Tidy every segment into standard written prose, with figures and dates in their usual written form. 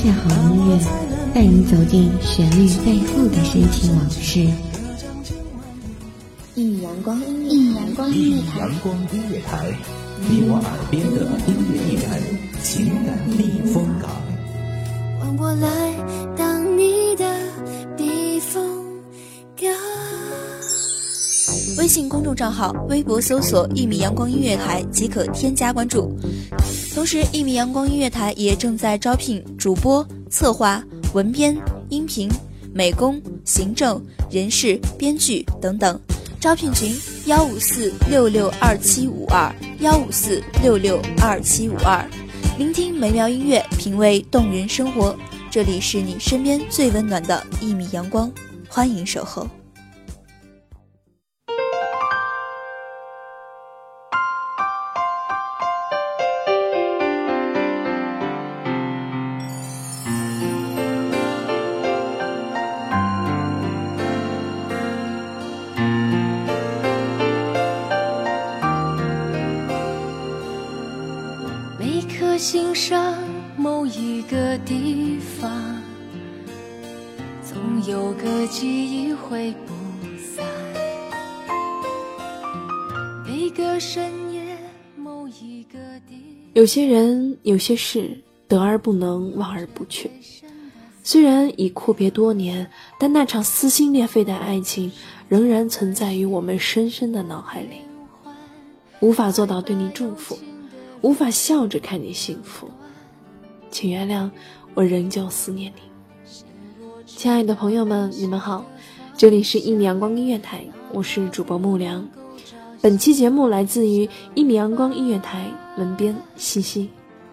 邂逅音乐，带你走进旋律背后的深情往事。 一米阳光音乐台，你我耳边的音乐驿站，情感避风港。 换我来当你的避风港。 微信公众账号、微博搜索“一米阳光音乐台”即可添加关注。同时，一米阳光音乐台也正在招聘主播、策划、文编、音频、美工、行政、人事、编剧等等。招聘群154662752，154662752。聆听美妙音乐，品味动人生活，这里是你身边最温暖的一米阳光，欢迎守候。 心上某一个地方，总有个记忆会不散。每个深夜某一个地方， 有些人有些事得而不能，望而不却。虽然已阔别多年，但那场撕心裂肺的爱情仍然存在于我们深深的脑海里。无法做到对你祝福，无法笑着看你幸福，请原谅我仍旧思念你。亲爱的朋友们，你们好，这里是一米阳光音乐台，我是主播木良。本期节目来自于一米阳光音乐台，文编西西。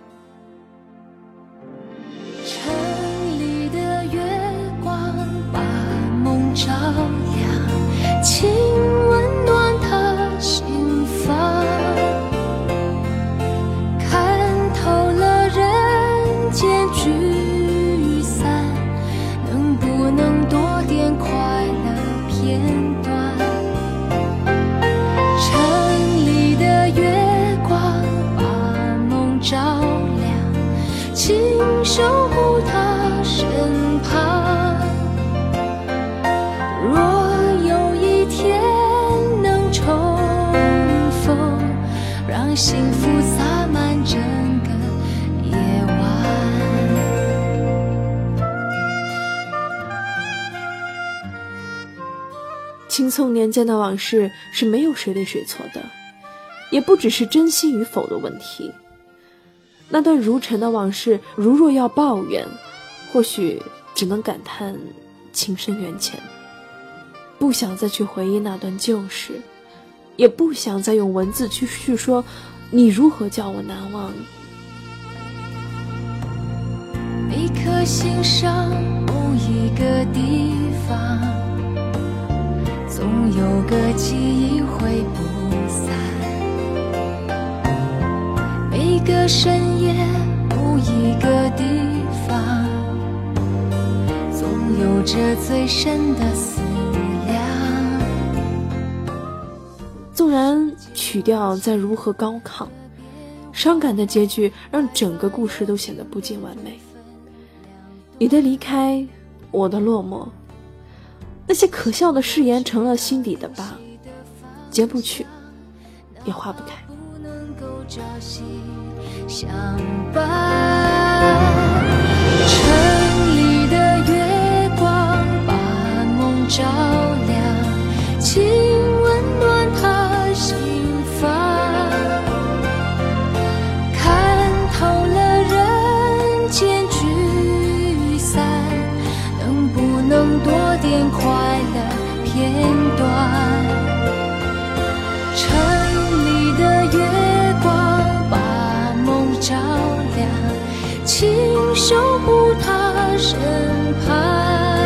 城里的月光把梦照亮，请温暖他心房。聚散能不能多点快乐片段？城里的月光把梦照亮，请守护他身旁。若有一天能重逢，让幸福洒满整个夜晚。 青葱年间的往事是没有谁对谁错的，也不只是真心与否的问题。那段如尘的往事，如若要抱怨，或许只能感叹情深缘浅。不想再去回忆那段旧事，也不想再用文字去叙说你如何叫我难忘。 每颗心上某一个地方，总有个记忆会不散。每个深夜某一个地方，总有着最深的思量。 纵然曲调再如何高亢，伤感的结局让整个故事都显得不尽完美。你的离开，我的落寞，那些可笑的誓言成了心底的疤，揭不去也化不开。 不能够朝夕相伴，城里的月光把梦照亮，请温暖他心房。看透了人间聚散，能不能多点快乐片段？城里的月光把梦照亮，请守护他身旁。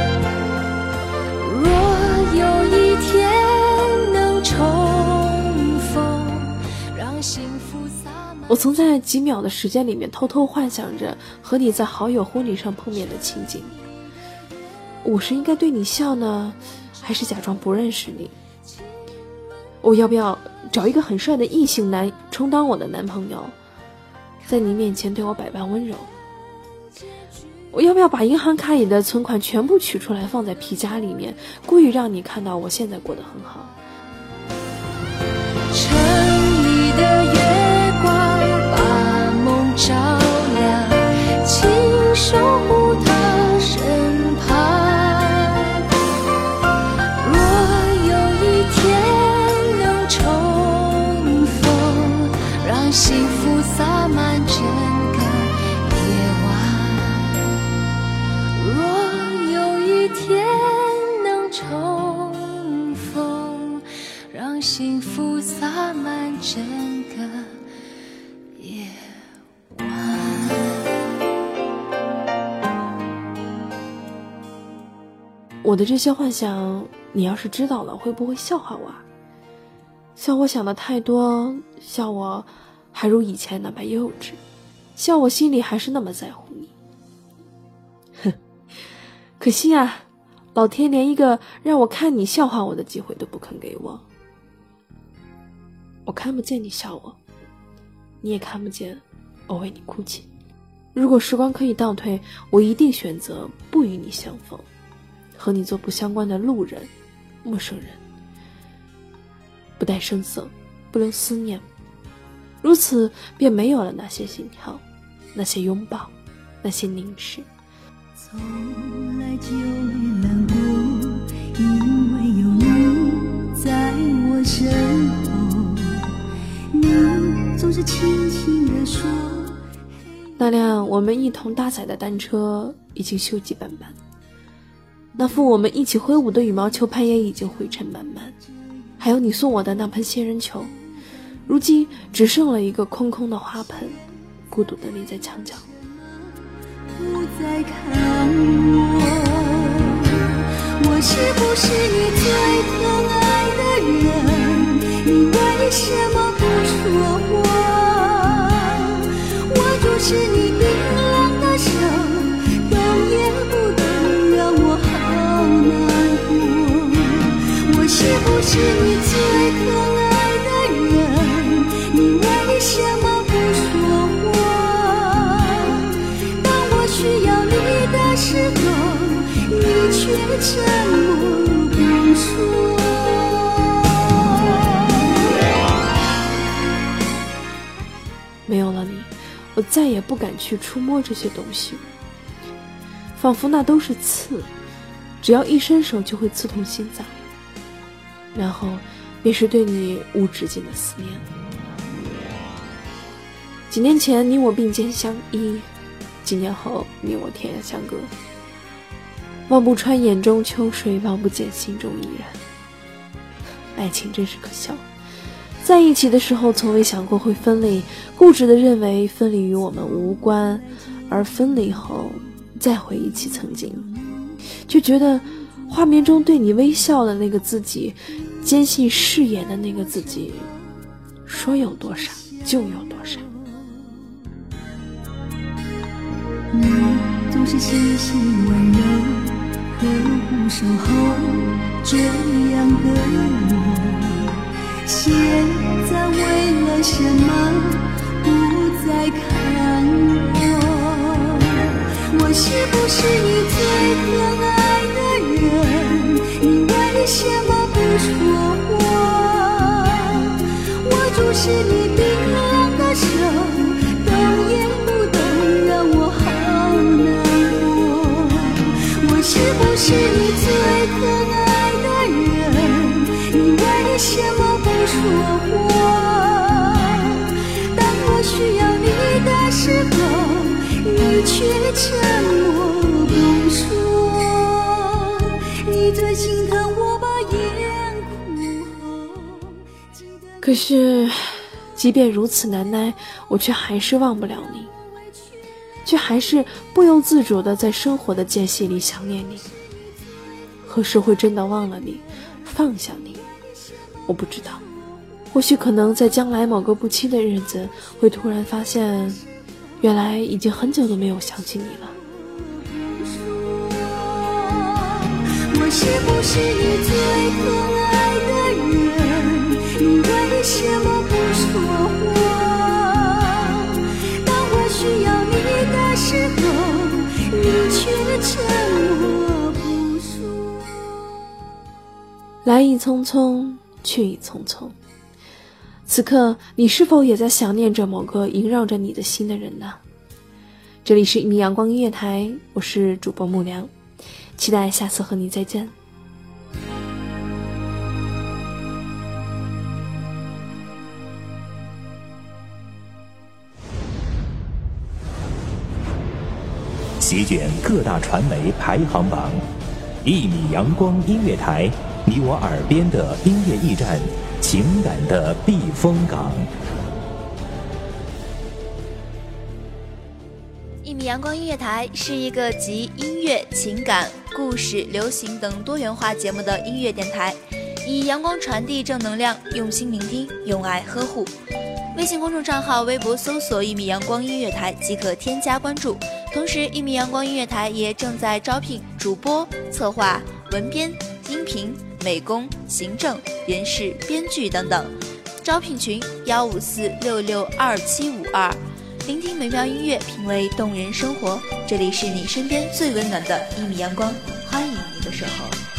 若有一天能重逢，让幸福洒满。 我曾在几秒的时间里面偷偷幻想着和你在好友婚礼上碰面的情景。我是应该对你笑呢，还是假装不认识你？我要不要找一个很帅的异性男充当我的男朋友，在你面前对我百般温柔？ 我要不要把银行卡里的存款全部取出来放在皮夹里面，故意让你看到我现在过得很好。 城里的月光把梦照亮，请守护他身旁。若有一天能重逢，让幸福洒满整个夜晚。若有一天能重逢，让幸福洒满整个夜晚。 我的这些幻想，你要是知道了，会不会笑话我啊？笑我想的太多，笑我还如以前那般幼稚，笑我心里还是那么在乎你。哼，可惜啊，老天连一个让我看你笑话我的机会都不肯给我。我看不见你笑我，你也看不见我为你哭泣。如果时光可以倒退，我一定选择不与你相逢，和你做不相关的路人、陌生人，不带声色，不留思念，如此便没有了那些心跳，那些拥抱，那些凝视。 从来就没难过，因为有你在我身后，你总是轻轻地说。 那辆我们一同搭载的单车已经锈迹斑斑，那副我们一起挥舞的羽毛球拍也已经灰尘满满，还有你送我的那盆仙人球，如今只剩了一个空空的花盆，孤独地立在墙角。 不再看我是不是你最疼爱的人？你为什么不说话？握住是你冰冷的手，动也不动，让我好难过。我是不是你最疼爱的人？你为什么不说话？当我需要你的时候，你却沉默不说。 没有了你，我再也不敢去触摸这些东西，仿佛那都是刺，只要一伸手就会刺痛心脏，然后便是对你无止境的思念。几年前你我并肩相依，几年后你我天涯相隔，望不穿眼中秋水，望不见心中依然。爱情真是可笑，在一起的时候从未想过会分离，固执地认为分离与我们无关，而分离后再回忆起曾经，就觉得画面中对你微笑的那个自己，坚信誓言的那个自己，说有多傻就有多傻。 你总是细心温柔，呵护守候，这样的我，现在为了什么不再看我？我是不是你最疼爱的人？你为什么不说话？握住是你冰冷的手，动也不动，让我好难过。我是不是你最疼爱的人？你为什么不说话？当我需要你的时候，你却沉默不说。你最心疼我把眼哭红。 可是即便如此难耐，我却还是忘不了你，却还是不由自主地在生活的间隙里想念你。何时会真的忘了你，放下你，我不知道。或许可能在将来某个不期的日子，会突然发现原来已经很久都没有想起你了。 我是不是你最疼爱的人？你为什么不说话？当我需要你的时候，你来意匆匆，去意匆匆。此刻你是否也在想念着某个萦绕着你的心的人呢？这里是1米阳光音乐台，我是主播木良，期待下次和你再见。 席卷各大传媒排行榜，1米阳光音乐台，你我耳边的音乐驿站，情感的避风港。 1米阳光音乐台是一个集音乐、情感、故事、流行等多元化节目的音乐电台，以阳光传递正能量，用心聆听，用爱呵护。微信公众账号、微博搜索1米阳光音乐台即可添加关注。同时1米阳光音乐台也正在招聘主播、策划、文编、音频、美工、行政、人事、编剧等等。招聘群154662752。聆听美妙音乐，品味动人生活，这里是你身边最温暖的1米阳光，欢迎你的守候。